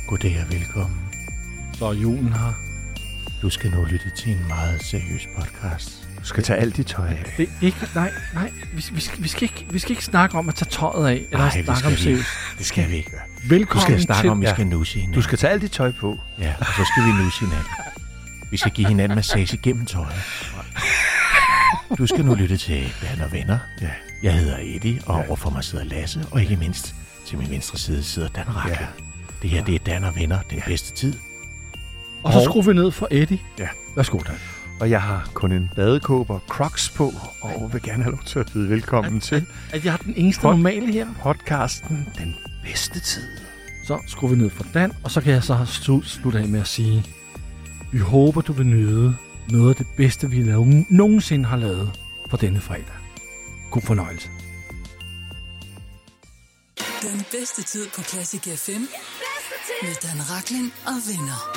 Goddag og velkommen. Så er julen her. Du skal nu lytte til en meget seriøs podcast. Du skal tage alt dit tøj af. Det er ikke, nej. Vi skal ikke snakke om at tage tøjet af, eller snakke om seriøst. Det skal vi ikke gøre. Velkommen du skal snakke til... om, vi skal nusse hinanden. Du skal tage alt dit tøj på. Ja, og så skal vi nusse hinanden. Vi skal give hinanden massage gennem tøjet. Du skal nu lytte til Dan og Venner. Ja. Jeg hedder Eddie, og overfor mig sidder Lasse, og ikke mindst til min venstre side sidder Dan Racklin. Ja. Det her, det er Dan og Venner, den bedste tid. Og så skruer vi ned for Eddie. Ja. Værsgo, Dan. Og jeg har kun en badekåbe og Crocs på, og vil gerne have lov til at byde velkommen til. At jeg har den eneste normale her. Podcasten, den bedste tid. Så skruer vi ned for Dan, og så kan jeg så slutte af med at sige, vi håber, du vil nyde noget af det bedste, vi nogensinde har lavet på denne fredag. God fornøjelse. Den bedste tid på Classic FM med Dan Racklin og Venner.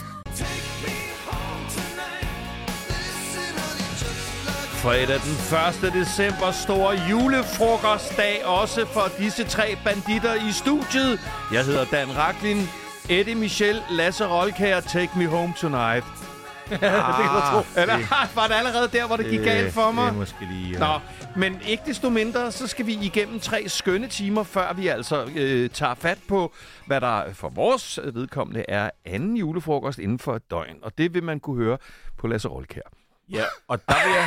Fredag den 1. december, store julefrokostdag, også for disse tre banditter i studiet. Jeg hedder Dan Racklin, Eddie Michel, Lasse Rolkær, Take Me Home Tonight. Det kan du tro. Eller var det allerede der, hvor det gik galt for mig? Det er måske lige... Ja. Nå, men ikke desto mindre, så skal vi igennem 3 skønne timer, før vi altså tager fat på, hvad der for vores vedkommende er anden julefrokost inden for et døgn. Og det vil man kunne høre på Lasse Rolkær. Ja, og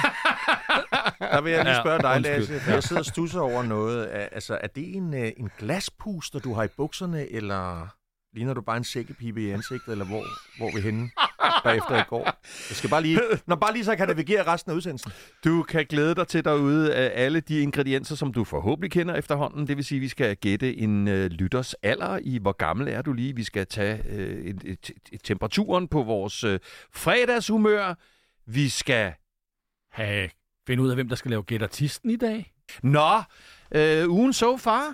der vil jeg lige spørge dig, Lasse. Jeg sidder og stusser over noget. Altså, er det en glaspuster, du har i bukserne, eller ligner du bare en sækkepibe i ansigtet, eller hvor er vi henne bagefter i går? Jeg skal bare lige så jeg kan navigere resten af udsendelsen. Du kan glæde dig til derude af alle de ingredienser, som du forhåbentlig kender efterhånden. Det vil sige, at vi skal gætte en lytters alder i, hvor gammel er du lige. Vi skal tage temperaturen på vores fredagshumør. Vi skal finde ud af, hvem der skal lave gæt-artisten i dag. Nå, ugen so far.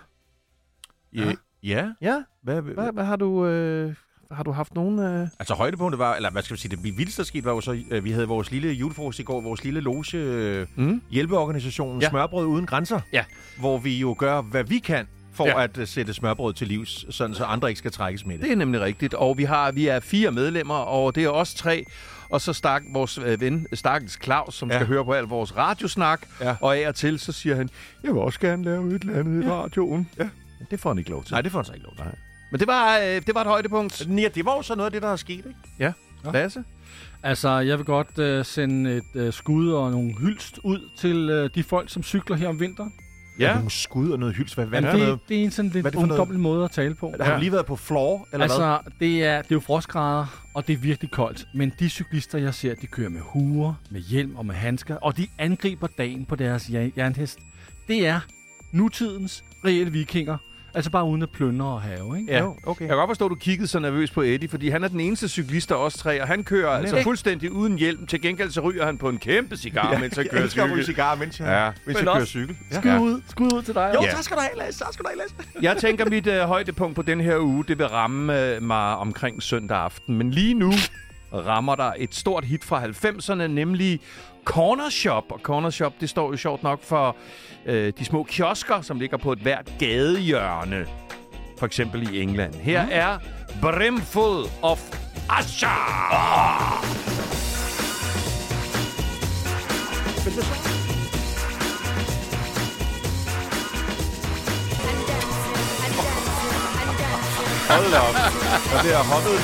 Ja. Hvad har du... Har du haft nogen... Altså højdepunktet var, eller hvad skal vi sige, det vildeste, der skete, var jo så, vi havde vores lille julefrokost i går, vores lille loge hjælpeorganisationen Smørbrød Uden Grænser, hvor vi jo gør, hvad vi kan for at sætte smørbrød til livs, sådan så andre ikke skal trækkes med det. Det er nemlig rigtigt, og vi er 4 medlemmer, og det er os 3, og så vores ven, Stakkels Claus, som skal høre på al vores radiosnak, og af og til, så siger han, jeg vil også gerne lave et eller andet i radioen. Ja. Det får han ikke lov til. Nej, det får han så ikke lov til. Nej. Men det var et højdepunkt. Ja, det var jo så noget af det, der er sket, ikke? Ja. Lasse? Altså, jeg vil godt sende et skud og nogle hyldst ud til de folk, som cykler her om vinteren. Ja. Nogle skud og noget hyldst. Hvad er det er en sådan lidt ungdommelig måde at tale på. Har du lige været på floor, eller hvad? Altså, det er jo frostgrader, og det er virkelig koldt. Men de cyklister, jeg ser, de kører med huer, med hjelm og med handsker, og de angriber dagen på deres jernhest. Det er nutidens reelle vikinger. Altså bare uden at plyndre og have, ikke? Ja, okay. Jeg kan godt forstå, at du kiggede så nervøs på Eddie, fordi han er den eneste cyklist af os 3, og han kører altså fuldstændig uden hjelm. Til gengæld så ryger han på en kæmpe cigar, mens han kører cykel. Jeg ryge cigar, mens jeg kører cykel. Skud ud til dig. Jo, tak skal du have, Lasse. Jeg tænker, mit højdepunkt på den her uge, det vil ramme mig omkring søndag aften. Men lige nu rammer der et stort hit fra 90'erne, nemlig Corner Shop. Og Corner Shop, det står jo sjovt nok for de små kiosker, som ligger på et hvert gadehjørne. For eksempel i England. Her er Brimful of Asha. Hold da op. Og det er hoppet.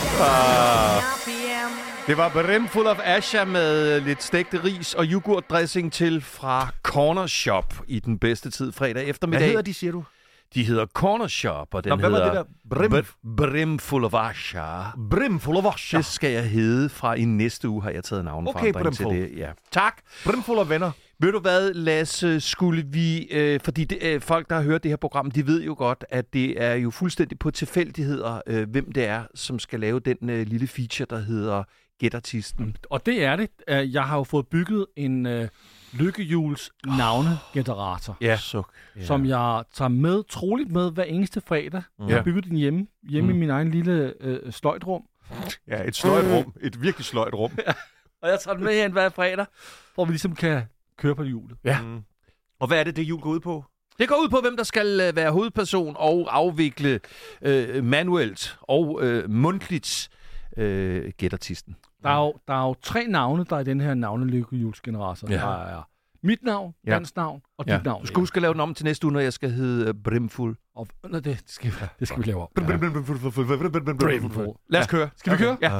Det var Brimful of Asha med lidt stegte ris og yoghurtdressing til fra Corner Shop i den bedste tid fredag eftermiddag. Hvad hedder de, siger du? De hedder Corner Shop, og den hedder Brimful of Asha. Brimful of Asha. Det skal jeg hedde fra i næste uge, har jeg taget navnforandring til det. Ja. Tak. Brimful of Venner. Ved du hvad, Lasse, skulle vi... fordi folk, der har hørt det her program, de ved jo godt, at det er jo fuldstændig på tilfældigheder, hvem det er, som skal lave den lille feature, der hedder Gæt-artisten. Og det er det. Jeg har jo fået bygget en lykkehjuls navnegenerator, som jeg tager med, troligt med hver eneste fredag. Jeg har bygget den hjemme i min egen lille sløjtrum. Ja, et sløjtrum. Et virkelig sløjtrum. Og jeg tager den med hen hver fredag, hvor vi ligesom kan køre på hjulet. Ja. Og hvad er det hjul går ud på? Det går ud på, hvem der skal være hovedperson og afvikle manuelt og mundtligt gætartisten. Der er jo 3 navne, der er i den her navnelykkehjulsgenerator. Ja. Der er mit navn, Dans navn og dit navn. Du skal huske at lave den om til næste uge, når jeg skal hedde Brimfuld. Og, det skal vi lave om. Brimfuld. Lad os køre. Skal vi køre? Ja.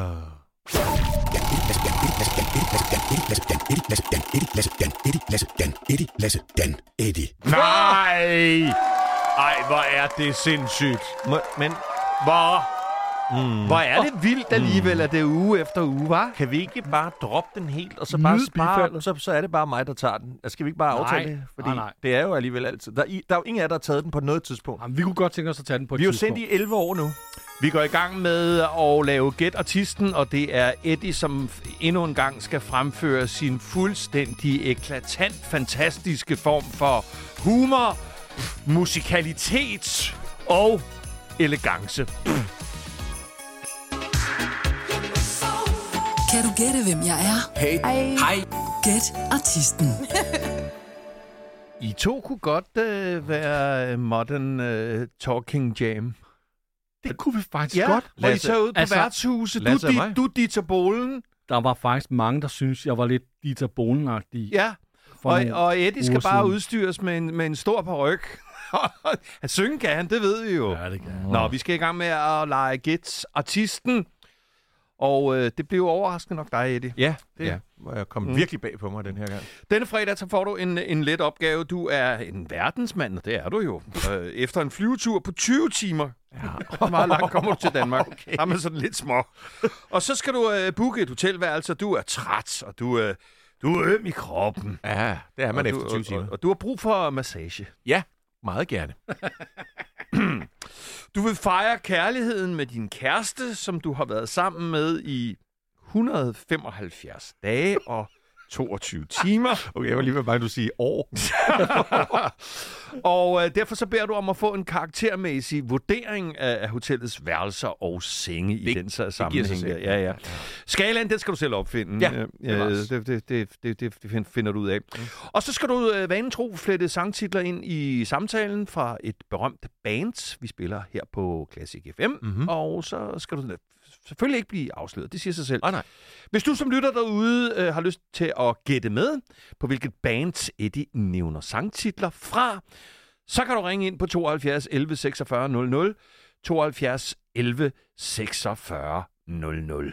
Nej! Ej, hvor er det sindssygt. Men hvor er det vildt alligevel, at det er uge efter uge, var? Kan vi ikke bare droppe den helt, og så bare spare, så er det bare mig, der tager den? Altså, skal vi ikke bare aftale det? Fordi det er jo alligevel altid. Der er jo ingen af jer, der har taget den på noget tidspunkt. Jamen, vi kunne godt tænke os at tage den på et tidspunkt. tidspunkt. Vi har jo sendt i 11 år nu. Vi går i gang med at lave Gæt Artisten, og det er Eddie, som endnu en gang skal fremføre sin fuldstændig eklatant, fantastiske form for humor, musikalitet og elegance. Kan du gætte, hvem jeg er? Hej. Gæt Artisten. I to kunne godt være Modern Talking Jam. Det kunne vi faktisk godt. Hvor I tager ud på værtshuset. Du Dieter Bohlen. Der var faktisk mange, der synes jeg var lidt Dieter Bohlen-agtig. Ja, og Eddie skal bare udstyres med en stor paryk. At synge kan han, det ved vi jo. Ja, det kan han. Nå, vi skal i gang med at lege Gæt Artisten. Og det blev overraskende nok dig, Eddie. Ja, det må jeg komme virkelig bag på mig den her gang. Denne fredag så får du en let opgave. Du er en verdensmand, og det er du jo. Efter en flyvetur på 20 timer. Ja. Hvor meget langt kommer du til Danmark? Okay. Der er man sådan lidt små. Og så skal du booke et hotelværelse, og du er træt, og du er øm i kroppen. Ja, det er man efter 20 timer. Og du har brug for massage. Ja, meget gerne. Du vil fejre kærligheden med din kæreste, som du har været sammen med i 175 dage og 22 timer. Okay, jeg var lige ved bare, du siger år. Og derfor så beder du om at få en karaktermæssig vurdering af hotellets værelser og senge i den sammenhæng. Ja. Skalaen, den skal du selv opfinde. Ja, det finder du ud af. Og så skal du vanen tro flette sangtitler ind i samtalen fra et berømt band, vi spiller her på Classic FM. Mm-hmm. Og så skal du selvfølgelig ikke blive afsløret. Det siger sig selv. Nej. Hvis du som lytter derude har lyst til at gætte med på, hvilket band Eddie nævner sangtitler fra, så kan du ringe ind på 72 11 46 00. 72 11 46 00.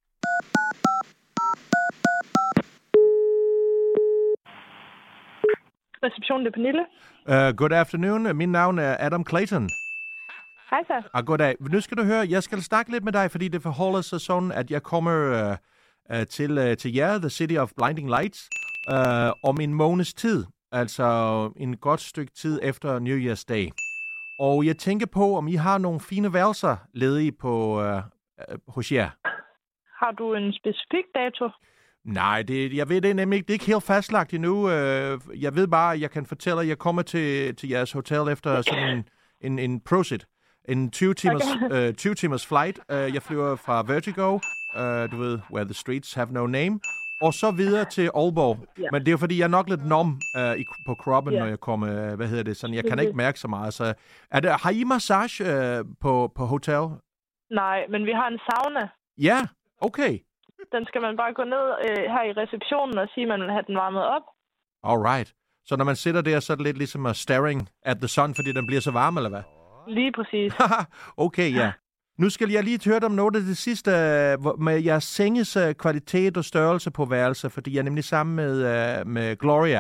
Receptionen, det er Pernille. Good afternoon. Min navn er Adam Clayton. Hej så. Goddag. Nu skal du høre, jeg skal snakke lidt med dig, fordi det forholder sig sådan, at jeg kommer til jer, The City of Blinding Lights, om en måneds tid. Altså en godt stykke tid efter New Year's Day. Og jeg tænker på, om I har nogle fine værelser ledige hos jer. Har du en specifik dato? Nej, jeg ved det nemlig ikke. Det er ikke helt fastlagt endnu. Jeg ved bare, at jeg kan fortælle, at jeg kommer til jeres hotel efter sådan en prosit. En 20 timers flight. Jeg flyver fra Vertigo, du ved, Where the Streets Have No Name, og så videre til Aalborg. Yeah. Men det er jo fordi, jeg er nok lidt nom på kroppen, når jeg kommer, sådan, jeg kan ikke mærke så meget. Så har I massage på hotel? Nej, men vi har en sauna. Ja, okay. Den skal man bare gå ned her i receptionen og sige, at man vil have den varmet op. Alright. Så når man sidder der, så er det lidt ligesom staring at the sun, fordi den bliver så varm, eller hvad? Lige præcis. Okay, ja. Nu skal jeg lige høre om noget af det sidste med jeres senges kvalitet og størrelse på værelser, fordi jeg er nemlig sammen med Gloria,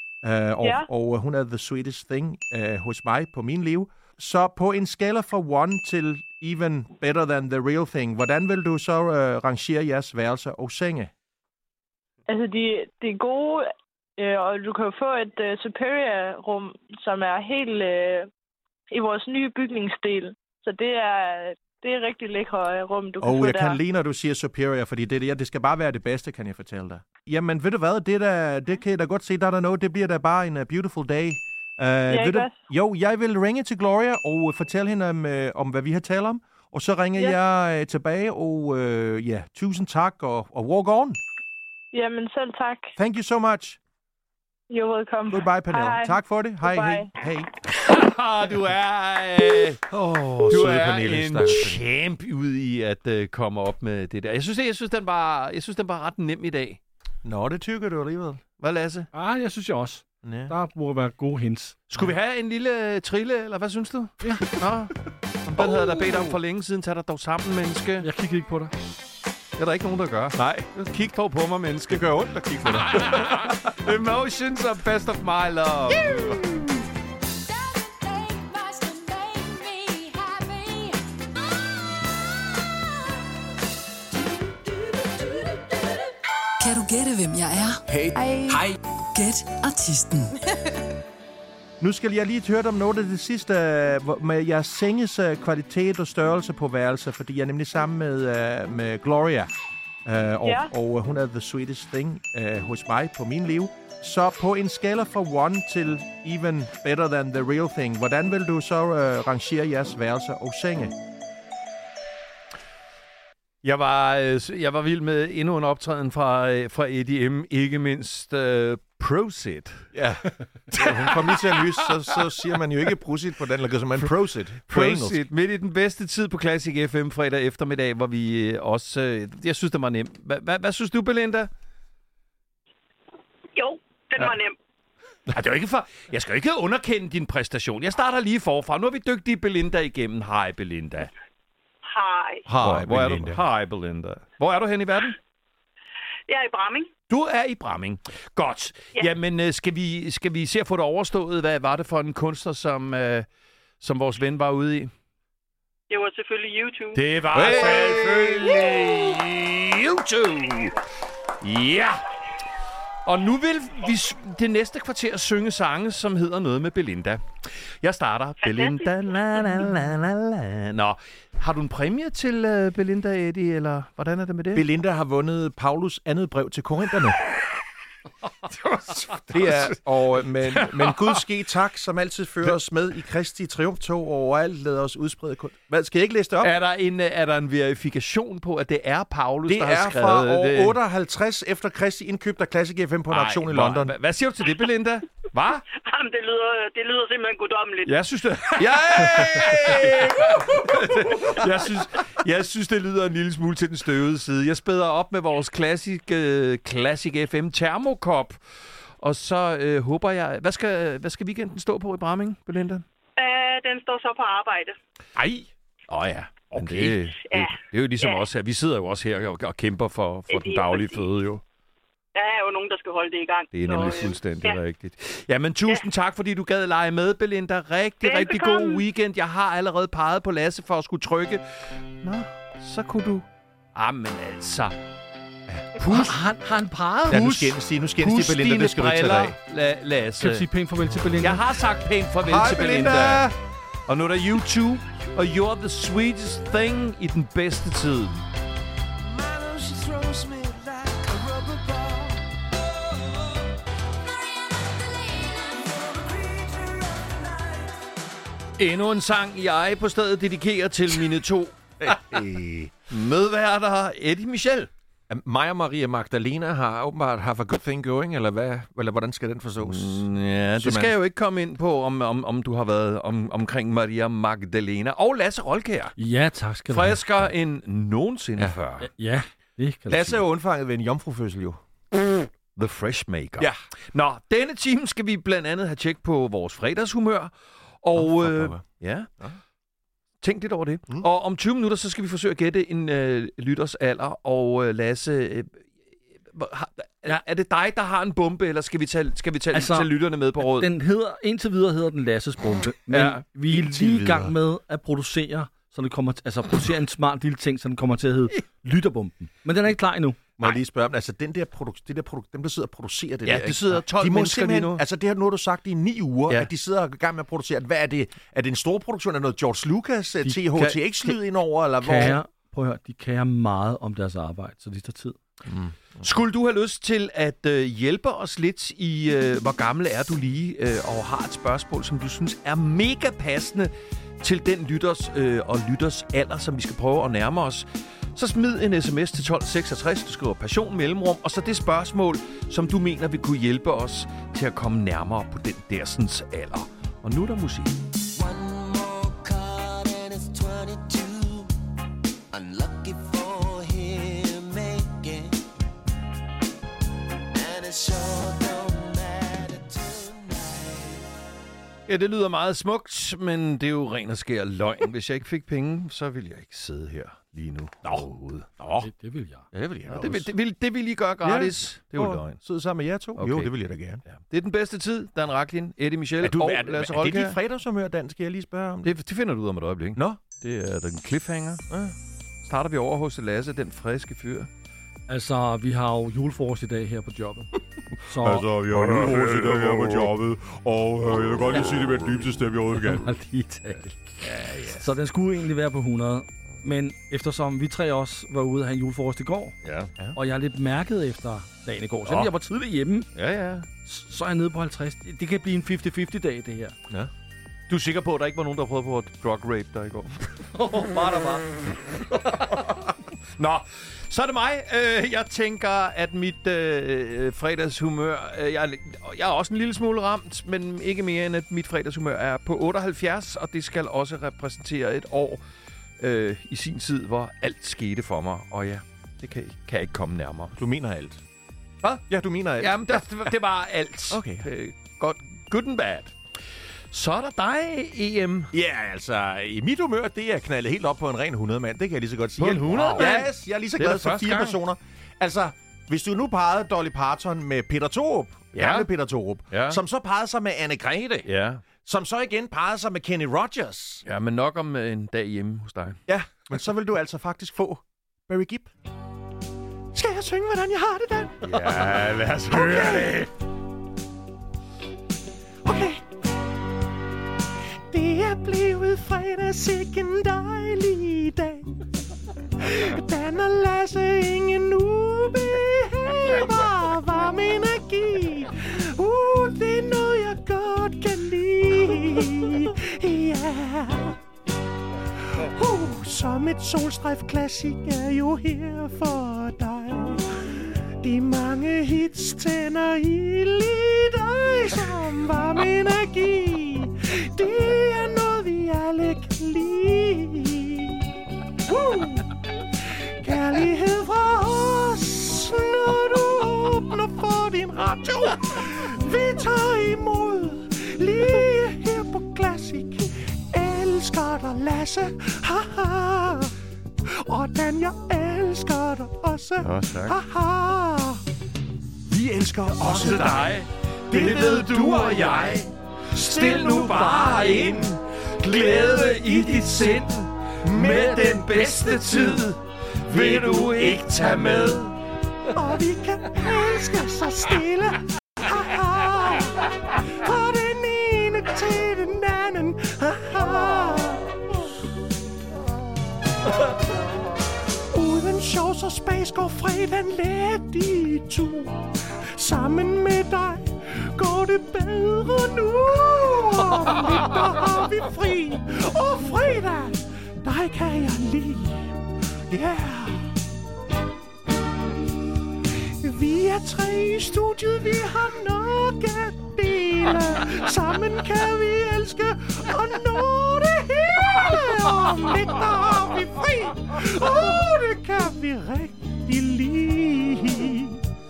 og hun er the sweetest thing hos mig på min liv. Så på en skala fra 1 til even better than the real thing, hvordan vil du så rangere jeres værelser og senge? Altså, de er gode, og du kan jo få et superior-rum, som er helt i vores nye bygningsdel. Så det er rigtig lækre rum, du kan få der. Og jeg kan lide, når du siger superior, fordi det skal bare være det bedste, kan jeg fortælle dig. Jamen, ved du hvad, det kan jeg da godt se, der er noget, det bliver da bare en beautiful day. Jeg vil ringe til Gloria og fortælle hende om hvad vi har talt om, og så ringer jeg tilbage, og tusind tak, og walk on. Jamen, selv tak. Thank you so much. You're welcome. Goodbye, Pernille. Hej. Tak for det. Hej, hej. Goodbye. Hej. Du er... Du Du søde er Pernille. en champ ud i at komme op med det der. Jeg synes den var ret nem i dag. Nå, det tykker du alligevel. Hvad, Lasse? Jeg synes jeg også. Ja. Der må være gode hints. Skulle vi have en lille trille, eller hvad synes du? Ja. Nå, den havde jeg da bedt om for længe siden. Tag dig dog sammen, menneske. Jeg kigger ikke på dig. Det er der ikke nogen, der gør. Nej, Kig dog på mig, menneske. det gør ondt at kigge på dig. Emotions are best of my love. Kan du gætte, hvem jeg er? Hej. Gæt artisten. Nu skal jeg lige høre om noget af det sidste med jeres senges kvalitet og størrelse på værelse, fordi jeg er nemlig sammen med Gloria, og hun er the sweetest thing hos mig på min liv. Så på en skala fra 1 til even better than the real thing, hvordan vil du så rangere jeres værelser og senge? Jeg var vild med endnu en optræden fra Eddie M. Ikke mindst Prosit. Ja, hun kom lige til at lyse, så siger man jo ikke prosit på den, eller så man prosit på engelsk. Prosit. Midt i den bedste tid på Classic FM fredag eftermiddag, hvor vi også... jeg synes, det var nemt. Hvad synes du, Belinda? Jo, den var nem. Nej, det er jo ikke for... Jeg skal jo ikke underkende din præstation. Jeg starter lige forfra. Nu er vi dygtige Belinda igennem. Hej, Belinda. Hej. Hvor er du? Hej, Belinda. Hvor er du hen i verden? Jeg er i Bramming. Du er i Bramming. Godt. Ja. Jamen, skal vi se at få det overstået? Hvad var det for en kunstner, som vores ven var ude i? Det var selvfølgelig YouTube. Det var selvfølgelig YouTube. Ja. Og nu vil vi det næste kvarter synge sange, som hedder noget med Belinda. Jeg starter. Belinda, la la la la la. Nå, har du en præmie til Belinda, Eddie, eller hvordan er det med det? Belinda har vundet Paulus andet brev til korinterne. Det er, men Gud ske tak, som altid fører os med i Kristi triumftog overalt, lader os udsprede kun. Hvad, skal jeg ikke læse det op? Er der en verifikation på, at det er Paulus, det der har skrevet det? Det er fra år 58 efter Kristi indkøb af Classic FM på en auktion i London. Hvad siger du til det, Belinda? Hvad? Jamen, det lyder simpelthen guddommeligt. Jeg synes det. Jeg synes, det lyder en lille smule til den støvede side. Jeg spæder op med vores Classic FM termokop. Og så håber jeg... Hvad skal weekenden stå på i Bramming, Belinda? Den står så på arbejde. Ej. Ja. Okay. Det er jo ligesom os her. Vi sidder jo også her og kæmper for den daglige føde, jo. Der er jo nogen, der skal holde det i gang. Det er nemlig fuldstændig rigtigt. Jamen, tusind tak, fordi du gad lege med, Belinda. Rigtig god weekend. Jeg har allerede peget på Lasse for at skulle trykke. Nå, så kunne du... Jamen altså... Har han peget? Ja, nu skændes de, Belinda, det skal du ikke tage af. Lasse. Skal du sige pænt farvel til Belinda? Jeg har sagt pænt farvel til Belinda. Og nu er der YouTube, og you're the sweetest thing i den bedste tid. Endnu en sang, jeg på stedet dedikerer til mine to medværter, Eddie Michel. Mig og Maria Magdalena har åbenbart haft a good thing going, eller hvad? Eller hvordan skal den forstås? Ja, det skal jeg jo ikke komme ind på, om du har været omkring Maria Magdalena. Og Lasse Rolkjær. Ja, tak skal du have. Friskere end nogensinde før. Ja, det kan Lasse er jo undfanget ved en jomfrufødsel, jo. The Freshmaker. Ja. Nå, denne time skal vi blandt andet have tjek på vores fredagshumør. Og tænk lidt over det. Og om 20 minutter, så skal vi forsøge at gætte en lytters alder. Og Lasse, er det dig, der har en bombe, eller skal vi tage lytterne med på råd? Indtil videre hedder den Lasses bombe. Men vi er lige i gang med at producere, så det kommer producere en smart lille ting, så den kommer til at hedde Lytterbomben. Men den er ikke klar endnu. Må jeg lige spørge dem, altså dem, der sidder og producerer det der, det sidder 12 mennesker lige nu. Altså det har nu du sagt i 9 uger, at de sidder i gang med at producere. Hvad er det? Er det en stor produktion? Er det noget George Lucas, THX-lyd indover, eller hvor? Prøv at høre, de kærer meget om deres arbejde, så det tager tid. Skulle du have lyst til at hjælpe os lidt i, hvor gammel er du lige, og har et spørgsmål, som du synes er mega passende til den lytters alder, som vi skal prøve at nærme os, så smid en sms til 1266. Du skriver passion mellemrum, og så det spørgsmål, som du mener vil kunne hjælpe os til at komme nærmere på den dersens alder. Og nu er der musik. Ja, det lyder meget smukt, men det er jo ren og skær løgn. Hvis jeg ikke fik penge, så ville jeg ikke sidde her lige nu overhovedet. Det vil jeg. Ja, det vil jeg Det vil I gøre gratis. Ja. Det er jo løgn. Sidde sammen med jer to? Okay. Jo, det vil jeg da gerne. Ja. Det er den bedste tid. Dan Raklin, Eddie Michel og Lasse Rolkær. Er det dit fredagshumør, Dan? Skal jeg lige spørge om det? Det finder du ud om et øjeblik. Nå? Det er den cliffhanger. Ja. Starter vi over hos Lasse, den friske fyr. Altså, vi har jo julefrokost i dag her på jobbet. Så... Altså, vi har julefrokost i dag her på jobbet, og jeg vil godt lige sige det med den dybeste stemme, jeg overhovedet kan. Så den skulle egentlig være på 100. Men eftersom vi tre også var ude og have en julefrokost i går, og jeg er lidt mærket efter dagen i går, selvom jeg var tidligt hjemme, så er jeg nede på 50. Det kan blive en 50-50 dag, det her. Ja. Du er sikker på, at der ikke var nogen, der prøvede på at drug rape dig i går? Bare. Nå, så er det mig. Jeg tænker, at mit fredagshumør... Jeg er også en lille smule ramt, men ikke mere end, at mit fredagshumør er på 78, og det skal også repræsentere et år i sin tid, hvor alt skete for mig. Og ja, det kan jeg ikke komme nærmere. Du mener alt? Hvad? Ja, du mener alt. Jamen, det var alt. Okay. Good and bad. Så er der dig, EM. Ja, altså, i mit humør, det er knaldet helt op på en ren 100, mand. Det kan jeg lige så godt sige. På en 100, mand? Yes, jeg er lige så glad for 4 personer. Altså, hvis du nu pegede Dolly Parton med Peter Thorup, gamle Peter Thorup, som så pegede sig med Anne-Grethe, som så igen pegede sig med Kenny Rogers. Ja, men nok om en dag hjemme hos dig. Ja, men så vil du altså faktisk få Barry Gibb. Skal jeg synge, hvordan jeg har det, Dan? Ja, lad os høre det. Okay. Det er blevet fredag, sikke en dejlig dag. Dan og Lasse, ingen ubehag, bare varm energi. Det er noget, jeg godt kan lide. Ja. Som et solstrejf klassik er jo her for dig. De mange hits tænder ild i dig som varm energi. Det er noget, vi alle kan lide. Kærlighed fra os, når du åbner for din radio. Vi tager imod lige her på Classic. Elsker dig, Lasse. Haha. Og Dan, jeg elsker dig også. Haha. Vi elsker også dig. Det ved du og jeg. Stil nu bare ind. Glæde i dit sind. Med den bedste tid vil du ikke tage med. Og vi kan elske så stille. Haha. Fra den ene til den anden. Haha. Uden shows og space går fredagen let i tur. Sammen med dig går det bedre nu. Om lidt der har vi fri. Og fredag, dig kan jeg lide. Yeah. Vi er 3 i studiet, vi har nok at dele. Sammen kan vi elske og nå det hele. Om lidt der har vi fri. Det kan vi rigtig lide.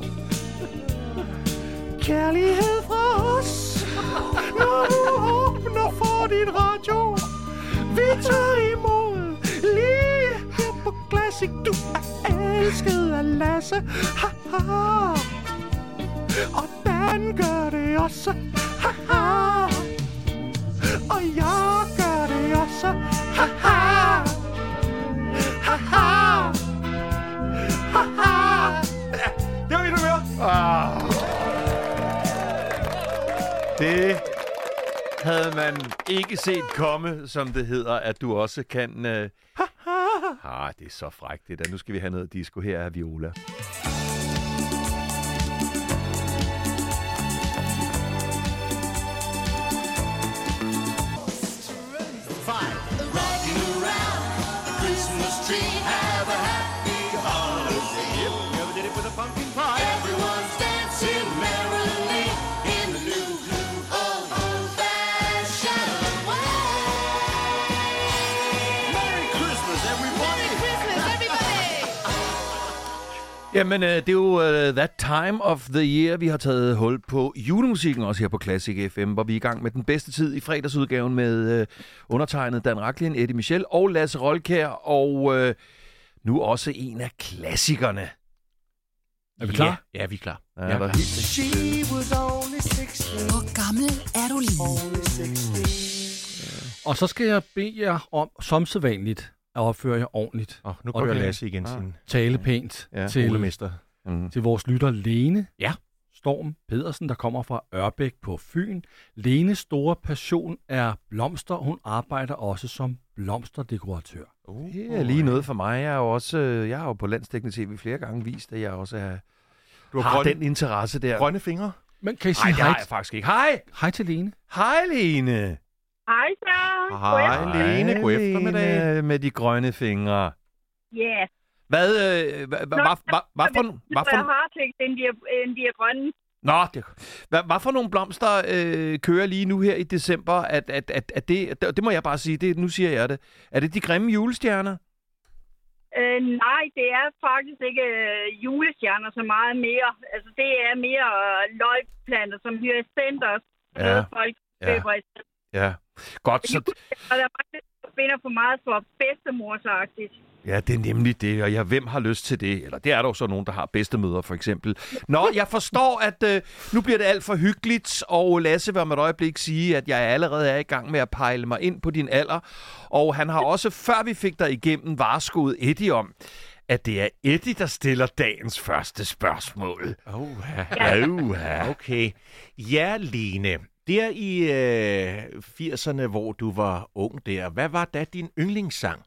Kærlighed fra os, når du åbner for dit radio. Vi tager imod lige her på Classic. Du er elsket af Lasse. Haha. Og Dan gør det også. Haha. Og jeg gør det også. Haha. Haha. Haha. Ja, det var mit humør. Det havde man ikke set komme, som det hedder, at du også kan... det er så frækt det der. Nu skal vi have noget disco. Her er Viola. Rocking around the Christmas tree, have a happy Jamen, det er jo that time of the year, vi har taget hul på julemusikken, også her på Classic FM, hvor vi er i gang med den bedste tid i fredagsudgaven med undertegnet Dan Rachlin, Eddie Michel og Lasse Rolkjær, og nu også en af klassikerne. Er vi klar? Ja, vi er klar. Ja, der er helt... Hvor gammel er du lige? Og så skal jeg bede jer om, som sædvanligt, at opføre jer ordentligt. Nu kører Lasse igen sin Tale pænt skolemester. til vores lytter Lene Ja. Storm Pedersen, der kommer fra Ørbæk på Fyn. Lenes store passion er blomster. Hun arbejder også som blomsterdekoratør. Det er lige noget for mig. Jeg har jo på Landsdækkende TV flere gange vist, at jeg også har den interesse der. Grønne fingre. Men kan I Nej, sige det har jeg faktisk ikke. Hej! hej til Lene? Hej, Lene! Hej så. Hej, Lene. God eftermiddag. Lene med de grønne fingre. Ja. Hvad for... hartlægt, end de er grønne. Nå, hvad for nogle blomster kører lige nu her i december? At det må jeg bare sige, nu siger jeg det. Er det de grimme julestjerner? Nej, det er faktisk ikke julestjerner så meget mere. Altså, det er mere løgplanter, som hyacinther, noget folk køber i stedet. Ja, godt. Så... Og der er mange, der finder for meget for bedstemorsagtigt. Ja, det er nemlig det, og hvem har lyst til det? Eller det er der jo så nogen, der har bedstemødre, for eksempel. Nå, jeg forstår, at nu bliver det alt for hyggeligt, og Lasse vil om et øjeblik sige, at jeg allerede er i gang med at pejle mig ind på din alder. Og han har også, før vi fik dig igennem, varskudt Eddie om, at det er Eddie, der stiller dagens første spørgsmål. Okay. Ja, Lene. Der i 80'erne, hvor du var ung der, hvad var da din yndlingssang?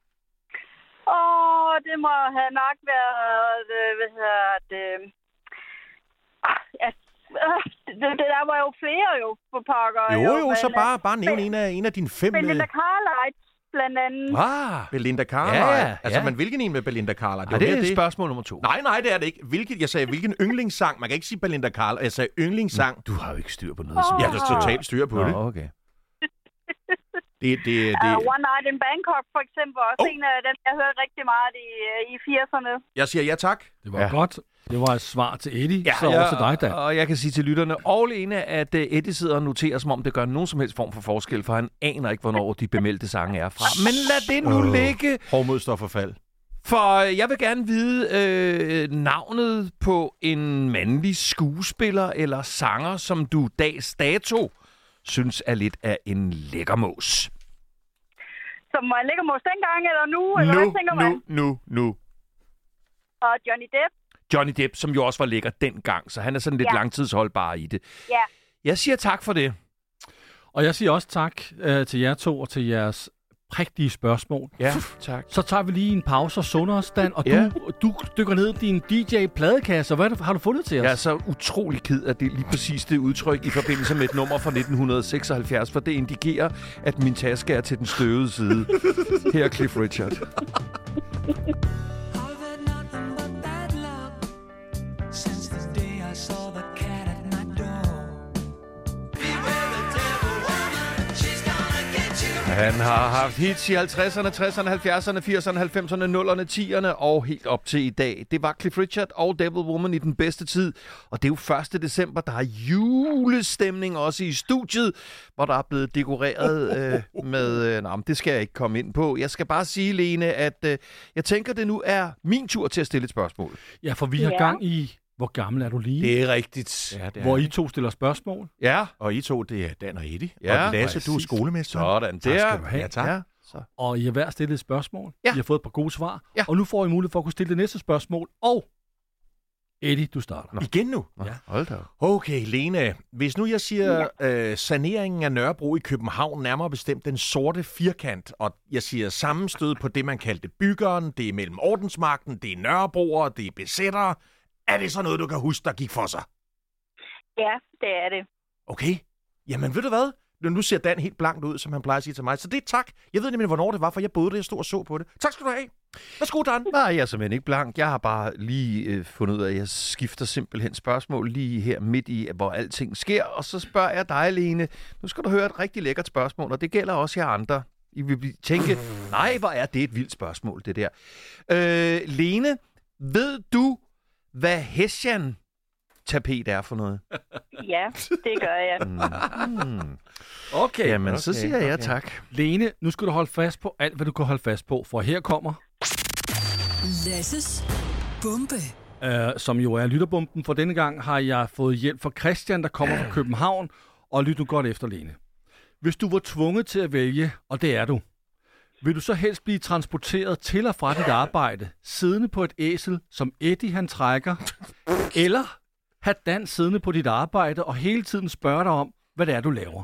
Det må have nok været, der var jo flere på pokker. Jo, så bare nævne en af dine 5... Belinda Carlisle, blandt andet. Belinda Carlisle. Altså, men hvilken en med Belinda Carlisle? Det er spørgsmål nummer 2. Nej, det er det ikke. Jeg sagde, hvilken yndlingssang? Man kan ikke sige Belinda Carlisle. Jeg sagde yndlingssang. Du har jo ikke styr på noget. Jeg har totalt styr på det. Okay. One Night in Bangkok, for eksempel, også en af dem, jeg hørte rigtig meget i 80'erne. Jeg siger ja tak. Det var godt. Det var et svar til Eddie, så også dig, Dan. Og jeg kan sige til lytterne og Lene, at Eddie sidder og noterer, som om det gør nogen som helst form for forskel, for han aner ikke, hvornår de bemeldte sange er fra. Men lad det nu ligge. Hårdmodstofforfald. For jeg vil gerne vide navnet på en mandlig skuespiller eller sanger, som du dags dato synes er lidt af en lækkermås. Som var en lækkermås dengang, eller nu? Eller hvad tænker man? Nu. Og Johnny Depp. Johnny Depp, som jo også var lækker dengang, så han er sådan lidt langtidsholdbar i det. Ja. Jeg siger tak for det. Og jeg siger også tak til jer to og til jeres prægtige spørgsmål. Ja, tak. Så tager vi lige en pause og sunder os, Dan, og du dykker ned i din DJ-pladekasse, og hvad har du fundet til os? Jeg er så utrolig ked af det lige præcis det udtryk i forbindelse med et nummer fra 1976, for det indikerer, at min taske er til den støvede side. Her er Cliff Richard. Han har haft hits i 50'erne, 60'erne, 70'erne, 80'erne, 90'erne, 0'erne, 10'erne og helt op til i dag. Det var Cliff Richard og Devil Woman i den bedste tid. Og det er jo 1. december, der er julestemning også i studiet, hvor der er blevet dekoreret med... men det skal jeg ikke komme ind på. Jeg skal bare sige, Lene, at jeg tænker, det nu er min tur til at stille et spørgsmål. Ja, for vi har gang i... Hvor gammel er du lige? Det er rigtigt. Ja, det er hvor I to stiller spørgsmål. Ja. Og I to, det er Dan og Eddie. Ja, og Lasse, præcis. du er skolemester. Sådan, det skal du have. Ja, tak. Ja, så. Og I har hver stillet et spørgsmål. Ja. I har fået et par gode svar. Ja. Og nu får I mulighed for at kunne stille det næste spørgsmål. Og Eddie, du starter. Igen nu? Ja. Hold da. Okay, Lene. Hvis nu jeg siger saneringen af Nørrebro i København, nærmere bestemt den sorte firkant, og jeg siger sammenstød på det, man kaldte byggeren, det er mellem ordensmagten, det er Nørrebroer, det er besættere. Er det så noget, du kan huske, der gik for sig? Ja, det er det. Okay. Jamen, ved du hvad? Nu ser Dan helt blankt ud, som han plejer at sige til mig. Så det er tak. Jeg ved nemlig, hvornår det var, for jeg boede det, jeg stod og så på det. Tak skal du have. Værsgo, Dan. Nej, jeg er simpelthen ikke blank. Jeg har bare lige fundet ud af, at jeg skifter simpelthen spørgsmål lige her midt i, hvor alting sker. Og så spørger jeg dig, Lene. Nu skal du høre et rigtig lækkert spørgsmål, og det gælder også jer andre. I vil tænke, nej, hvor er det et vildt spørgsmål, det der. Lene, ved du, hvad Hessian-tapet er for noget? Ja, det gør jeg. Okay. Jamen, så siger jeg tak. Lene, nu skal du holde fast på alt, hvad du kan holde fast på, for her kommer... Lasses bombe. Som jo er lytterbomben. For denne gang har jeg fået hjælp fra Christian, der kommer fra København, og lyt nu godt efter, Lene. Hvis du var tvunget til at vælge, og det er du, vil du så helst blive transporteret til og fra dit arbejde, siddende på et æsel, som Eddie han trækker, eller have Dan siddende på dit arbejde og hele tiden spørge dig om, hvad det er, du laver?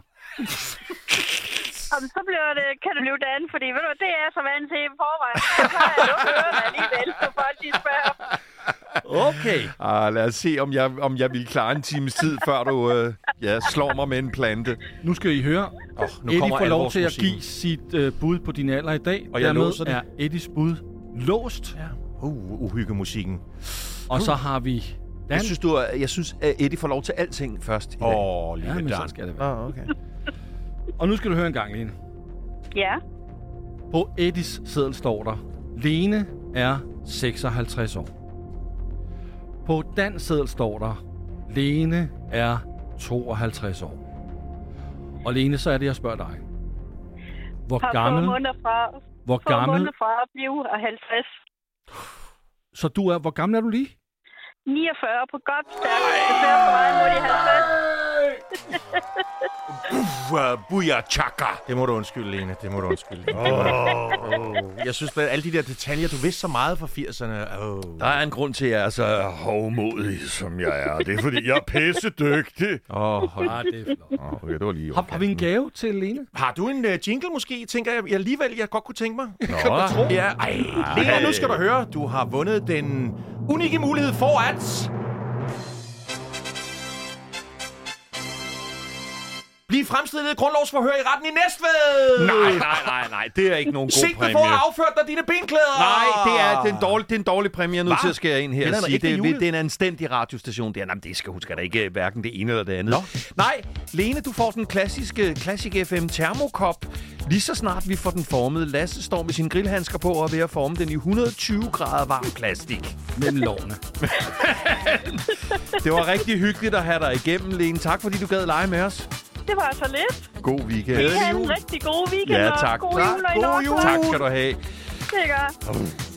Så kan det blive Dan, fordi ved du, det er så vant til i forvejen. Så har jeg lukket ørerne alligevel, så folk de spørger. Okay. Lad os se, om jeg vil klare en times tid, før du slår mig med en plante. Nu skal I høre. Eddie får lov til at give sit bud på din alder i dag. Og jeg dermed låser det. er Eddies bud låst. Ja. Uhyggemusikken. Og så har vi Dan. Jeg synes, at Eddie får lov til alting først i dag. Ja, men så skal det være. Okay. Og nu skal du høre en gang, Lene. Ja. På Eddies seddel står der, Lene er 56 år. På Dans seddel står der, Lene er 52 år. Og Lene, så er det, jeg spørger dig. Hvor gammel fra at blive 50. Så hvor gammel er du lige? 49 på godt stærkt. Det er på vej mod de 50. Buja chaka. Det må du undskylde, Lene. Det må du undskylde. Jeg synes, at alle de der detaljer, du vidste så meget fra 80'erne. Der er en grund til, at jeg er så hovmodig, som jeg er. Det er, fordi jeg er pissedygtig. Det er flot. Okay, det var lige Har vi en gave til Lene? Har du en jingle måske, tænker jeg alligevel, jeg godt kunne tænke mig? Kan du tro? Ja, Lene, nu skal du høre. Du har vundet den unikke mulighed for at... Blive fremstillet et grundlovsforhør i retten i Næstved! Nej. Det er ikke nogen god Sigtet præmie. for at afført dig dine benklæder! Nej, det er en dårlig præmie, jeg er nødt til at skære ind her. Det er og sige. rigtig Det er en anstændig radiostation. Det skal huske, der ikke hverken det ene eller det andet. Nå. Nej, Lene, du får den klassiske Classic FM termokop. Lige så snart vi får den formet. Lasse står med sine grillhandsker på og er ved at forme den i 120 grader varm plastik. Mellem lårene. Det var rigtig hyggeligt at have dig igennem, Lene. Tak, fordi du gad lege med os. Det var så lidt. God weekend. Vi har en rigtig god weekend. Ja, tak. Og god jul og God jul. Tak skal du have. Det gør.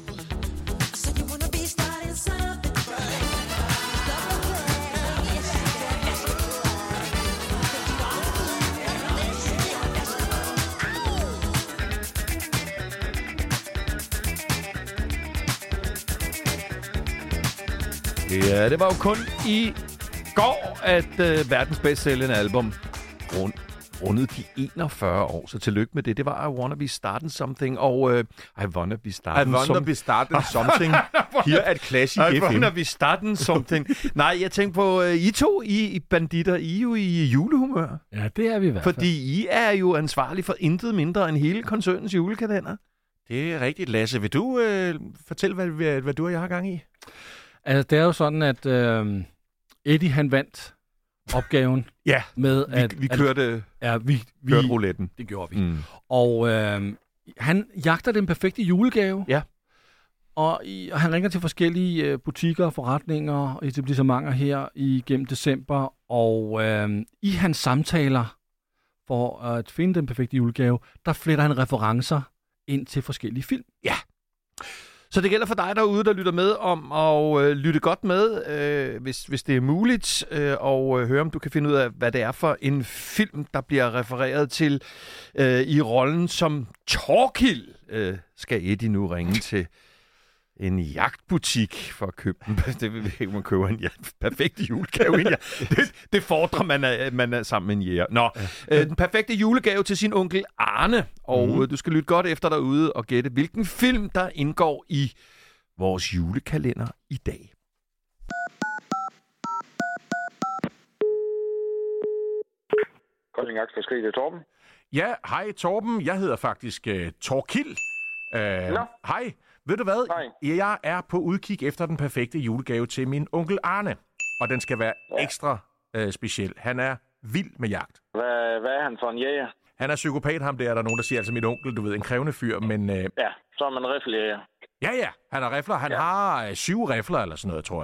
Ja, det var jo kun i går, at verdens bedst sælgende album rundede de 41 år. Så tillykke med det. Det var I Wanna Be Starting Something, og I Wanna Be Starting Something. Her er et Classic FM. I Wanna Be Starting Something. Nej, jeg tænkte på, I to, I banditter, I er jo i julehumør. Ja, det er vi i hvert fald. Fordi I er jo ansvarlige for intet mindre end hele koncernens julekalender. Det er rigtigt, Lasse. Vil du fortælle, hvad du og jeg har gang i? Altså, det er jo sådan, at Eddie, han vandt opgaven. Ja, med at vi kørte, vi kørte rouletten. Det gjorde vi. Og han jagter den perfekte julegave. Ja. Og han ringer til forskellige butikker og forretninger og etablissementer her igennem december. Og i hans samtaler for at finde den perfekte julegave, der fletter han referencer ind til forskellige film. Ja. Så det gælder for dig derude, der lytter med, om at lytte godt med, hvis det er muligt, og høre, om du kan finde ud af, hvad det er for en film, der bliver refereret til i rollen som Torkild. Skal Eddie nu ringe til en jagtbutik for at købe den. Det vil ikke, man køber en perfekte julegave. Det fordrer man er sammen med en jæger. Nå, den perfekte julegave til sin onkel Arne. Og du skal lytte godt efter derude og gætte, hvilken film, der indgår i vores julekalender i dag. Kolding Jagtfiskeri, det er Torben. Ja, hej Torben. Jeg hedder faktisk Torkild. Hej. Ved du hvad? Hej. Jeg er på udkig efter den perfekte julegave til min onkel Arne. Og den skal være ekstra speciel. Han er vild med jagt. Hvad er han for en jæger? Han er psykopat, ham der. Er der nogen, der siger, altså min onkel, du ved, en krævende fyr, men... Ja, så er man riffeljæger. Ja, han har rifler. Han har 7 rifler eller sådan noget, tror jeg.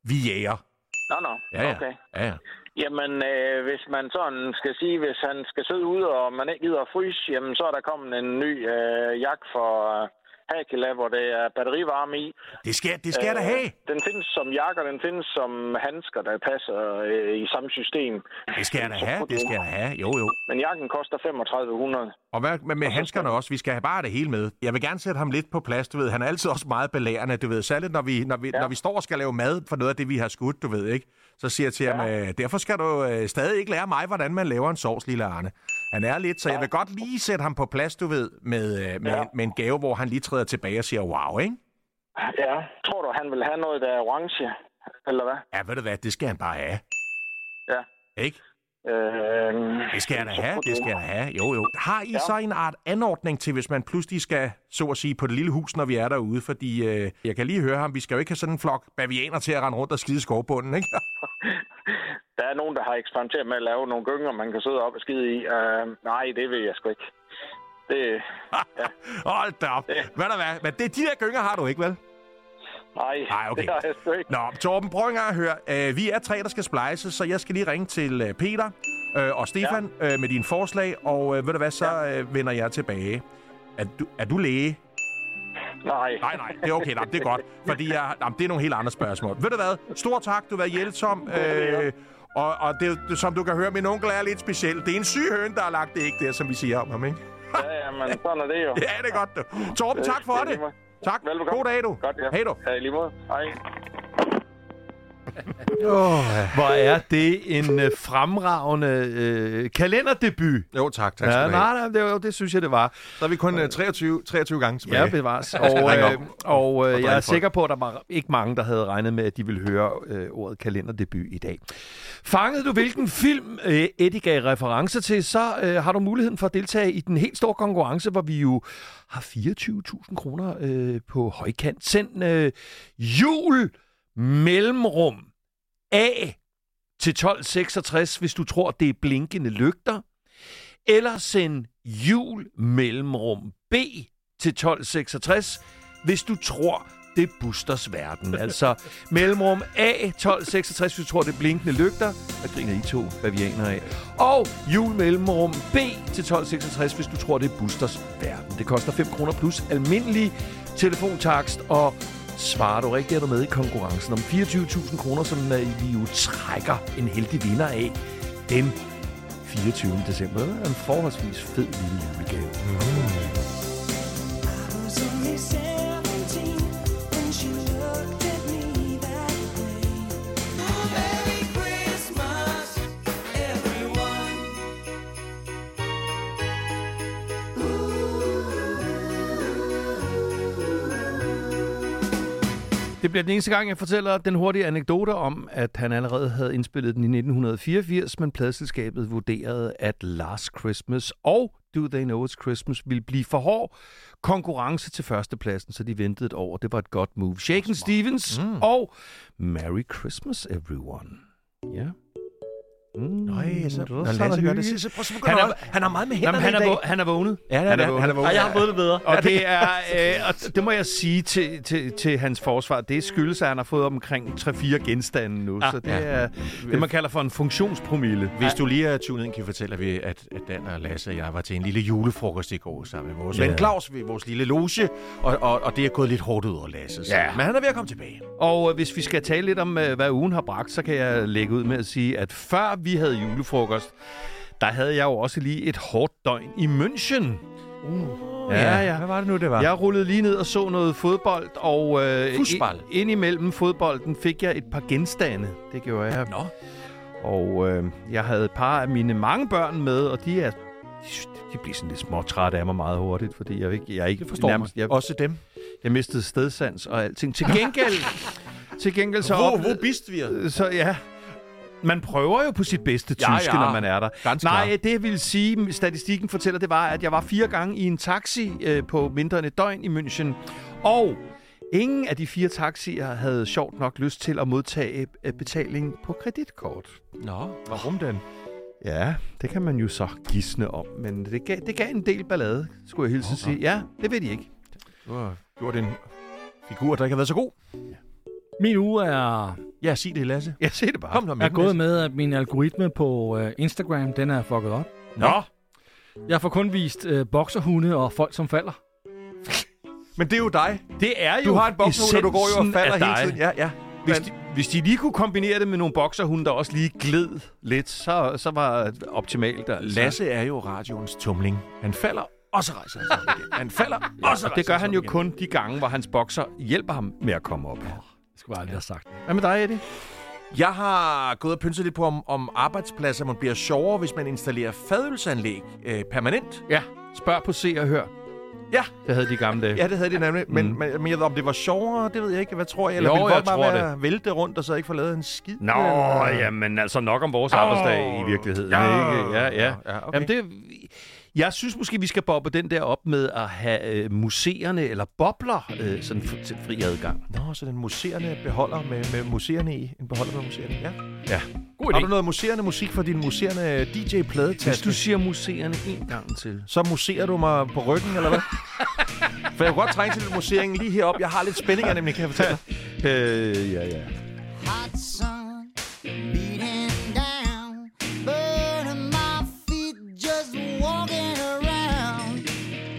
Vi jæger. Nå, Ja. okay. Ja. Jamen, hvis man sådan skal sige, hvis han skal sidde ude, og man ikke gider at fryse, jamen, så er der kommet en ny jakke for Hakela, hvor det er batterivarme i. Det skal jeg da have. Den findes som jakker, den findes som handsker, der passer i samme system. Det skal jeg da have. Jo. Men jakken koster 3500. Og hvad med handskerne også? Vi skal have bare det hele med. Jeg vil gerne sætte ham lidt på plads, du ved. Han er altid også meget belærende, du ved. Særligt når vi står og skal lave mad for noget af det, vi har skudt, du ved, ikke? Så siger jeg til ham, derfor skal du stadig ikke lære mig, hvordan man laver en sovs, lille Arne. Han er lidt, så jeg vil godt lige sætte ham på plads, du ved, med en gave, hvor han lige træder tilbage og siger, wow, ikke? Ja. Tror du, han vil have noget, der er orange, eller hvad? Ja, ved du hvad, det skal han bare have. Ja. Ikke? Det skal jeg da have. Jo. Har I så en art anordning til, hvis man pludselig skal, så at sige, på det lille hus, når vi er derude? Fordi jeg kan lige høre ham, vi skal jo ikke have sådan en flok bavianer til at rende rundt og skide skovbunden, ikke? Der er nogen, der har eksperimenteret med at lave nogle gynger, man kan sidde op og skide i. Nej, det vil jeg sgu ikke. Det, ja. Hold da op. Ved du hvad? Men de der gynger har du ikke, vel? Nej, okay. Det har jeg sgu ikke. Nå, Torben, prøv en gang at høre. Vi er 3, der skal splices, så jeg skal lige ringe til Peter og Stefan med dine forslag, og ved du hvad, så vender jeg tilbage. Er du læge? Nej, det er okay, det er godt, fordi det er nogle helt andre spørgsmål. Ved du hvad? Stor tak, du har været hjælpsom, og det, som du kan høre, min onkel er lidt speciel. Det er en syg høne, der har lagt det ikke der, som vi siger om ham, ikke? Ja, men sådan er det jo. Ja, det er godt, du. Torben, tak for det. Tak. Velbekomme. God dag, du. Godt, ja. Hej du. Ja, i lige måde. Hej. Hvor er det en fremragende kalenderdebut. Jo, tak skal du have. Nej, det synes jeg, det var. Så er vi kun 23 gange tilbage. Ja, bevares. Og jeg er sikker på, at der var ikke mange, der havde regnet med, at de ville høre ordet kalenderdebut i dag. Fangede du, hvilken film Eddie gav referencer til, så har du muligheden for at deltage i den helt store konkurrence, hvor vi jo har 24.000 kroner på højkant. Send jul mellemrum A til 1266, hvis du tror, det er blinkende lygter. Eller send jul mellemrum B til 1266, hvis du tror, det er Busters verden. Altså mellemrum A 1266, hvis du tror, det er blinkende lygter. Der griner I to bavianer af. Og jul mellemrum B til 1266, hvis du tror, det er Busters verden. Det koster 5 kroner plus almindelig telefontakst, og svarer du rigtigt, er du med i konkurrencen om 24.000 kroner, som vi jo trækker en heldig vinder af den 24. december. Det er en forholdsvis fed lille julegave. Det bliver den eneste gang, jeg fortæller den hurtige anekdote om, at han allerede havde indspillet den i 1984, men pladeselskabet vurderede, at Last Christmas og Do They Know It's Christmas ville blive for hård konkurrence til førstepladsen, så de ventede et år. Det var et godt move. Shakin' Stevens og Merry Christmas Everyone. Ja. Han har meget med hænderne i dag. Han er vågnet. Ja, han er vågnet. Og jeg har fået det bedre. Og det må jeg sige til hans forsvar. Det skyldes, at han har fået omkring 3-4 genstande nu. Så det er det, man kalder for en funktionspromille. Hvis du lige er tunet ind, kan jeg fortælle, at Dan og Lasse og jeg var til en lille julefrokost i går sammen med vores ven Claus ved vores lille loge. Og det er gået lidt hårdt ud over Lasse. Men han er ved at komme tilbage. Og hvis vi skal tale lidt om, hvad ugen har bragt, så kan jeg lægge ud med at sige, at før vi havde julefrokost, der havde jeg jo også lige et hårdt døgn i München. Ja. Hvad var det nu, det var? Jeg rullede lige ned og så noget fodbold, og ind imellem fodbolden fik jeg et par genstande. Det gjorde jeg. Nå. Og jeg havde et par af mine mange børn med, og de blev sådan lidt småtrætte af mig meget hurtigt, fordi jeg ikke forstår nærmest, mig. Også dem? Jeg mistede stedsans og alting. Til gengæld så... Hvor bist vi? Så ja... Man prøver jo på sit bedste tyske, når man er der. Nej, det vil sige, statistikken fortæller, det var, at jeg var 4 gange i en taxi på mindre end et døgn i München. Og ingen af de 4 taxier havde sjovt nok lyst til at modtage betaling på kreditkort. Nå, warum den? Ja, det kan man jo så gisne om. Men det gav en del ballade, skulle jeg hilse at sige. Ja, det ved de ikke. Du har gjort en figur, der ikke har været så god. Ja. Min uge er... Ja, sig det, Lasse. Jeg ser det bare. Kom Jeg er gået med, at min algoritme på Instagram, den er fucket op. Nå. Jeg får kun vist bokserhunde og folk, som falder. Men det er jo dig. Det er jo Du har en bokserhund, og du går jo og falder hele tiden. Ja. Hvis de lige kunne kombinere det med nogle bokserhunde, der også lige gled lidt, så var det optimalt. Altså. Lasse er jo radioens tumling. Han falder, og så rejser han sig op igen. Han falder, og så og det gør han jo kun de gange, hvor hans bokser hjælper ham med at komme op. Det skulle jeg aldrig have sagt. Hvad med dig, Eddie? Jeg har gået og pynset lidt på, om arbejdspladser man bliver sjovere, hvis man installerer fadølsanlæg permanent. Ja, spørg på Se og Hør. Ja. Det havde de i gamle dage. Ja, det havde de nemlig. Men jeg ved, om det var sjovere, det ved jeg ikke. Hvad tror jeg? Eller Jo, ville folk jeg bare tror være vælte rundt, og så ikke få lavet en skid? Nå, jamen altså nok om vores arbejdsdag i virkeligheden. Ikke? Ja, okay. Jamen det... Jeg synes måske, vi skal boppe den der op med at have museerne eller bobler sådan til fri adgang. Nå, så den museerne beholder med museerne i. En beholder med museerne, ja. Ja. God idé. Har du noget museerne musik for din museerne DJ-pladetaske? Hvis du siger museerne en gang til. Så muserer du mig på ryggen, eller hvad? For jeg kunne godt trænge til lidt musering lige heroppe. Jeg har lidt spændinger, nemlig, kan jeg fortælle dig. Ja. Hot sun beating down, burning my feet just walking around.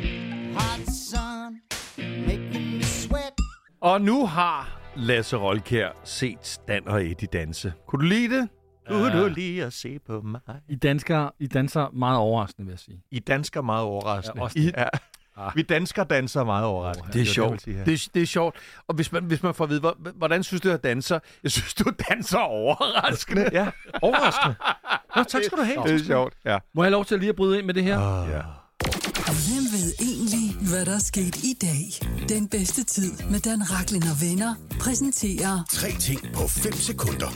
Hot sun making me sweat. Og nu har Lasse Rolkjær set Dan og Eddie danse. Kunne du lide det? Kunne du lige at se på mig? I danser meget overraskende, vil jeg sige. I dansker meget overraskende. Ja, også ja. Vi dansker danser meget overraskende. Det er sjovt. Det er sjovt. Og hvis man får at vide, hvordan synes du, at danser? Jeg synes, du danser overraskende. Ja, overraskende. Nå, tak skal du have. Det er sjovt, ja. Må jeg have lov til at lige at bryde ind med det her? Ja. Hvem ved egentlig, hvad der er sket i dag? Den bedste tid med Dan Rachlin og venner præsenterer 3 ting på 5 sekunder.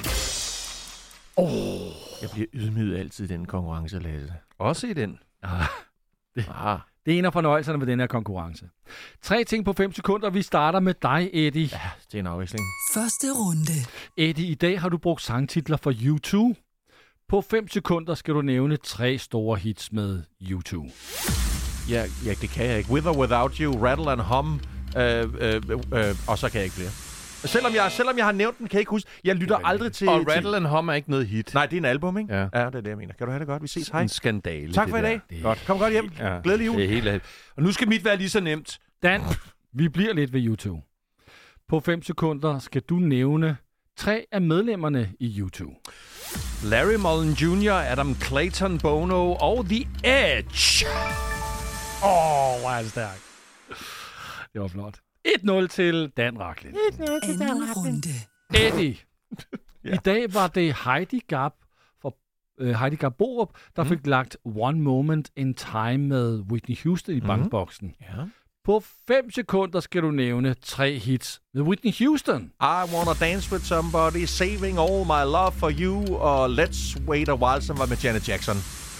Jeg bliver ydmyget altid i den konkurrence, Lasse. Også i den. Det er en af fornøjelserne ved den her konkurrence. 3 ting på 5 sekunder. Vi starter med dig, Eddie. Ja, det er en afveksling. første runde. Eddie, i dag har du brugt sangtitler for U2. På 5 sekunder skal du nævne 3 store hits med U2. Ja, det kan jeg ikke. With or Without You, Rattle and Hum, og så kan jeg ikke flere. Selvom jeg har nævnt den, kan jeg ikke huske. Jeg lytter aldrig til... Og Rattle and Hum er ikke noget hit. Nej, det er en album, ikke? Ja. Ja, det er det, jeg mener. Kan du have det godt? Vi ses. Hej. En skandale. Tak for i dag. Godt. Kom godt hjem. Glædelig jul. Det er helt. Og nu skal mit være lige så nemt. Dan, vi bliver lidt ved U2. På 5 sekunder skal du nævne 3 af medlemmerne i U2. Larry Mullen Jr., Adam Clayton, Bono og The Edge. Hvor er det stærkt. Det var flot. 1-0 til Dan Rachlin. Anden runde. Eddie. I dag var det Heidi Gab Borup, der fik lagt One Moment in Time med Whitney Houston i bankboksen. Ja. På 5 sekunder skal du nævne 3 hits med Whitney Houston. I Wanna Dance With Somebody, Saving All My Love For You, og Let's Wait A While, som var med Janet Jackson.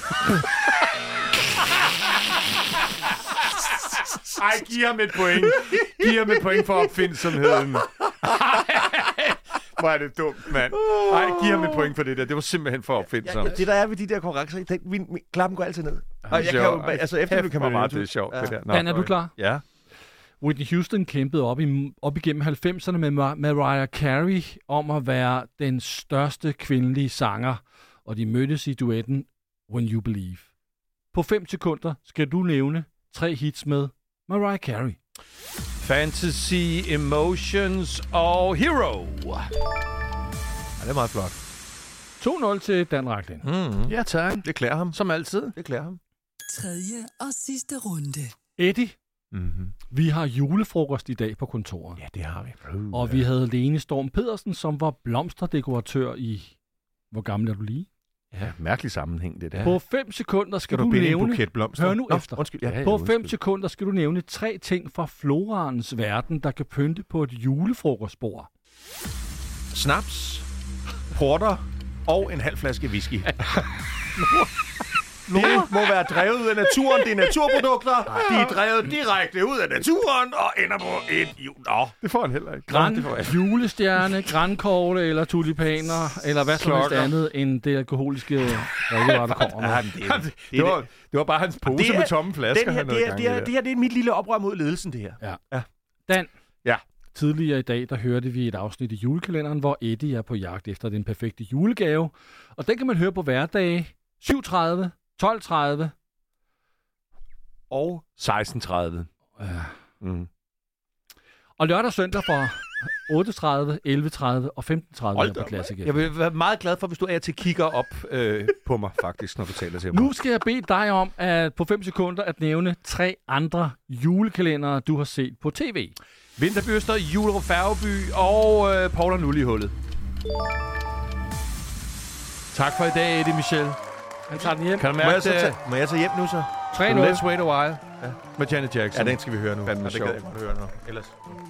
Ej, giv ham et point. Giv ham et point for opfindsomheden. Hvor er det dumt, mand. Ej, giv ham et point for det der. Det var simpelthen for opfindsomt. Ja, det der er ved de der konkurrencer, klappen går altid ned. Og jeg kan jo, altså efter det kan man meget, det er sjovt. Ja. Det der. Nå, Dan, er du klar? Ja. Whitney Houston kæmpede op igennem 90'erne med Mariah Carey om at være den største kvindelige sanger, og de mødtes i duetten When You Believe. På 5 sekunder skal du nævne 3 hits med Mariah Carey. Fantasy, Emotions og Hero. Ja, det er meget flot. 2-0 til Dan Rachlin. Ja, tak. Det klæder ham. Som altid. Det klæder ham. Tredje og sidste runde. Eddie, vi har julefrokost i dag på kontoret. Ja, det har vi. Og vi havde Lene Storm Pedersen, som var blomsterdekoratør i... Hvor gammel er du lige? Ja, mærkelig sammenhæng, det der. På 5 sekunder skal du binde en nævne... buket blomster? Hør nu efter. Undskyld. Ja, På 5 sekunder skal du nævne 3 ting fra floraens verden, der kan pynte på et julefrokostbord. Snaps, porter og en halv flaske whisky. Det må være drevet ud af naturen. Det er naturprodukter. De er drevet direkte ud af naturen og ender på et jul. Nå, Det får han heller ikke. Gran, julestjerne, grankogle eller tulipaner, eller hvad som helst andet end det alkoholiske drikkevarer, der kommer med. Det var bare hans pose med tomme flasker. Det her, det her er mit lille oprør mod ledelsen, det her. Ja. Dan, Ja. Tidligere i dag, der hørte vi et afsnit i julekalenderen, hvor Eddie er på jagt efter den perfekte julegave. Og den kan man høre på hverdage 7:30, 12:30 og 16:30. Ja. Mm. Og lørdag og søndag fra 8:30, 11:30 og 15:30 på Classic FM. Jeg vil være meget glad for, hvis du er til kigger op på mig, faktisk, når du taler til mig. Nu skal jeg bede dig om at på 5 sekunder at nævne 3 andre julekalendere, du har set på tv. Vinterbøster, Julerup Færgeby og Paul og Nulle i hullet. Tak for i dag, Eddie Michel. Han tager den hjem. Kan du mærke det? Må jeg tage hjem nu så? 3-0. Let's Wait a While. Ja. Med Janet Jackson. Ja, den skal vi høre nu. Fandme det sjov. gad jeg godt høre nu. Ellers...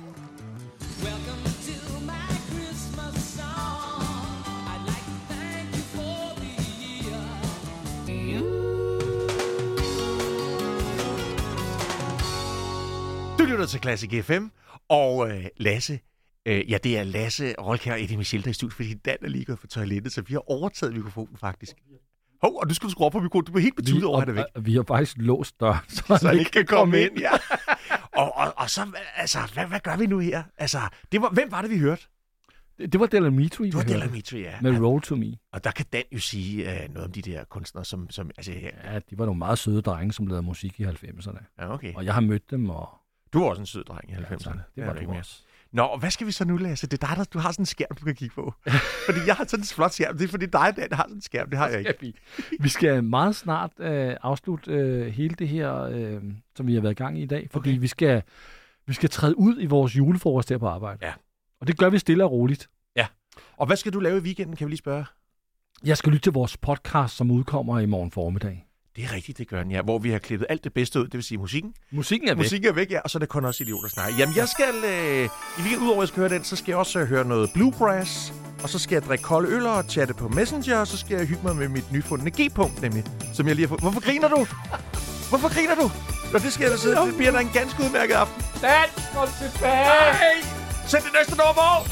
Du lytter til Classic FM, og Lasse, det er Lasse, Rolkær og Eddie Michel, der er i studiet, fordi Dan er lige gået på toilettet, så vi har overtaget mikrofonen faktisk. Hov, og du skulle skrue op på mikrofonen. Du var helt betydet over, at det væk. Vi har faktisk låst døren, så han ikke kan komme ind. Ja. og så, altså, hvad gør vi nu her? Altså, hvem var det, vi hørte? Det var Del Amitri. Det var Del Amitri, ja. Med Roll to Me. Og der kan Dan jo sige noget om de der kunstnere, som altså... Ja, de var nogle meget søde drenge, som lavede musik i 90'erne. Ja, okay. Og jeg har mødt dem, og... Du var også en sød dreng i 90'erne. Ja, det var du også. Nå, og hvad skal vi så nu, Lasse? Det er dig, du har sådan en skærm, du kan kigge på. Fordi jeg har sådan en flot skærm. Det er fordi dig, Dan, har sådan en skærm. Det har jeg ikke. Vi skal meget snart afslutte hele det her, som vi har været i gang i dag. Fordi vi skal træde ud i vores julefrokost her på arbejde. Ja. Og det gør vi stille og roligt. Ja. Og hvad skal du lave i weekenden, kan vi lige spørge? Jeg skal lytte til vores podcast, som udkommer i morgen formiddag. Det er rigtigt, det gør den, ja. Hvor vi har klippet alt det bedste ud, det vil sige musikken. Musikken er væk. Musikken er væk, ja, og så er det kun også idioter snakke. Jamen, jeg skal, i weekenden, udover at jeg skal høre den, så skal jeg også høre noget bluegrass, og så skal jeg drikke kolde øl og chatte på Messenger, og så skal jeg hygge mig med mit nyfundne G-punkt, nemlig, som jeg lige har fået. Hvorfor griner du? Hvorfor griner du? Nå, det skal jeg da sidde. Det bliver da en ganske udmærket aften. Dan, kom tilbage! Nej! Sæt det næste nummer på!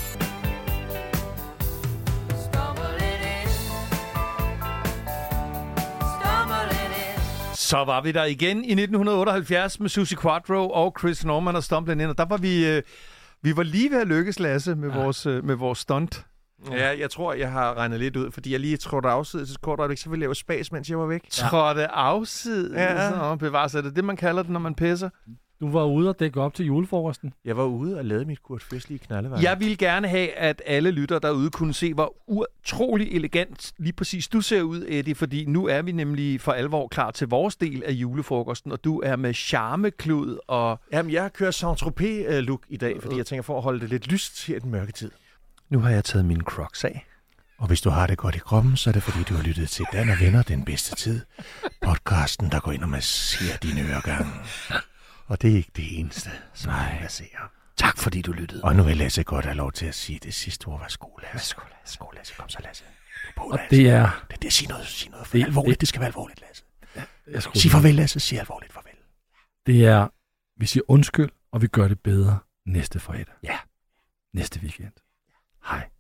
Så var vi der igen i 1978 med Susie Quatro og Chris Norman og Stumbling In. Og der var vi var lige ved at lykkes, Lasse, med vores stunt. Ja, jeg tror, jeg har regnet lidt ud, fordi jeg lige trådte afsides et kort øjeblik, så ville jeg lave spas, mens jeg var væk. Trådte afsides? Ja. Så bevares er det man kalder det, når man pisser. Du var ude og dække op til julefrokosten. Jeg var ude og lavede mit Kurt festlige knaldeværk. Jeg ville gerne have, at alle lyttere derude kunne se, hvor utrolig elegant lige præcis du ser ud, Eddie, fordi nu er vi nemlig for alvor klar til vores del af julefrokosten, og du er med charmeklud og... Jamen, jeg kører Saint-Tropez-look i dag, fordi jeg tænker for at holde det lidt lyst her i den mørke tid. Nu har jeg taget mine Crocs af. Og hvis du har det godt i kroppen, så er det fordi, du har lyttet til Dan og Venner den bedste tid. Podcasten, der går ind og masserer dine øregange. Og det er ikke det eneste, som jeg masserer. Tak fordi du lyttede. Og nu vil Lasse godt have lov til at sige, det sidste ord var skole, Lasse. Skole, Lasse. Kom så, Lasse. Og det er... Sig noget for alvorligt. Det skal være alvorligt, Lasse. Sig farvel, Lasse. Sig alvorligt farvel. Det er... Vi siger undskyld, og vi gør det bedre næste fredag. Ja. Næste weekend. Hej.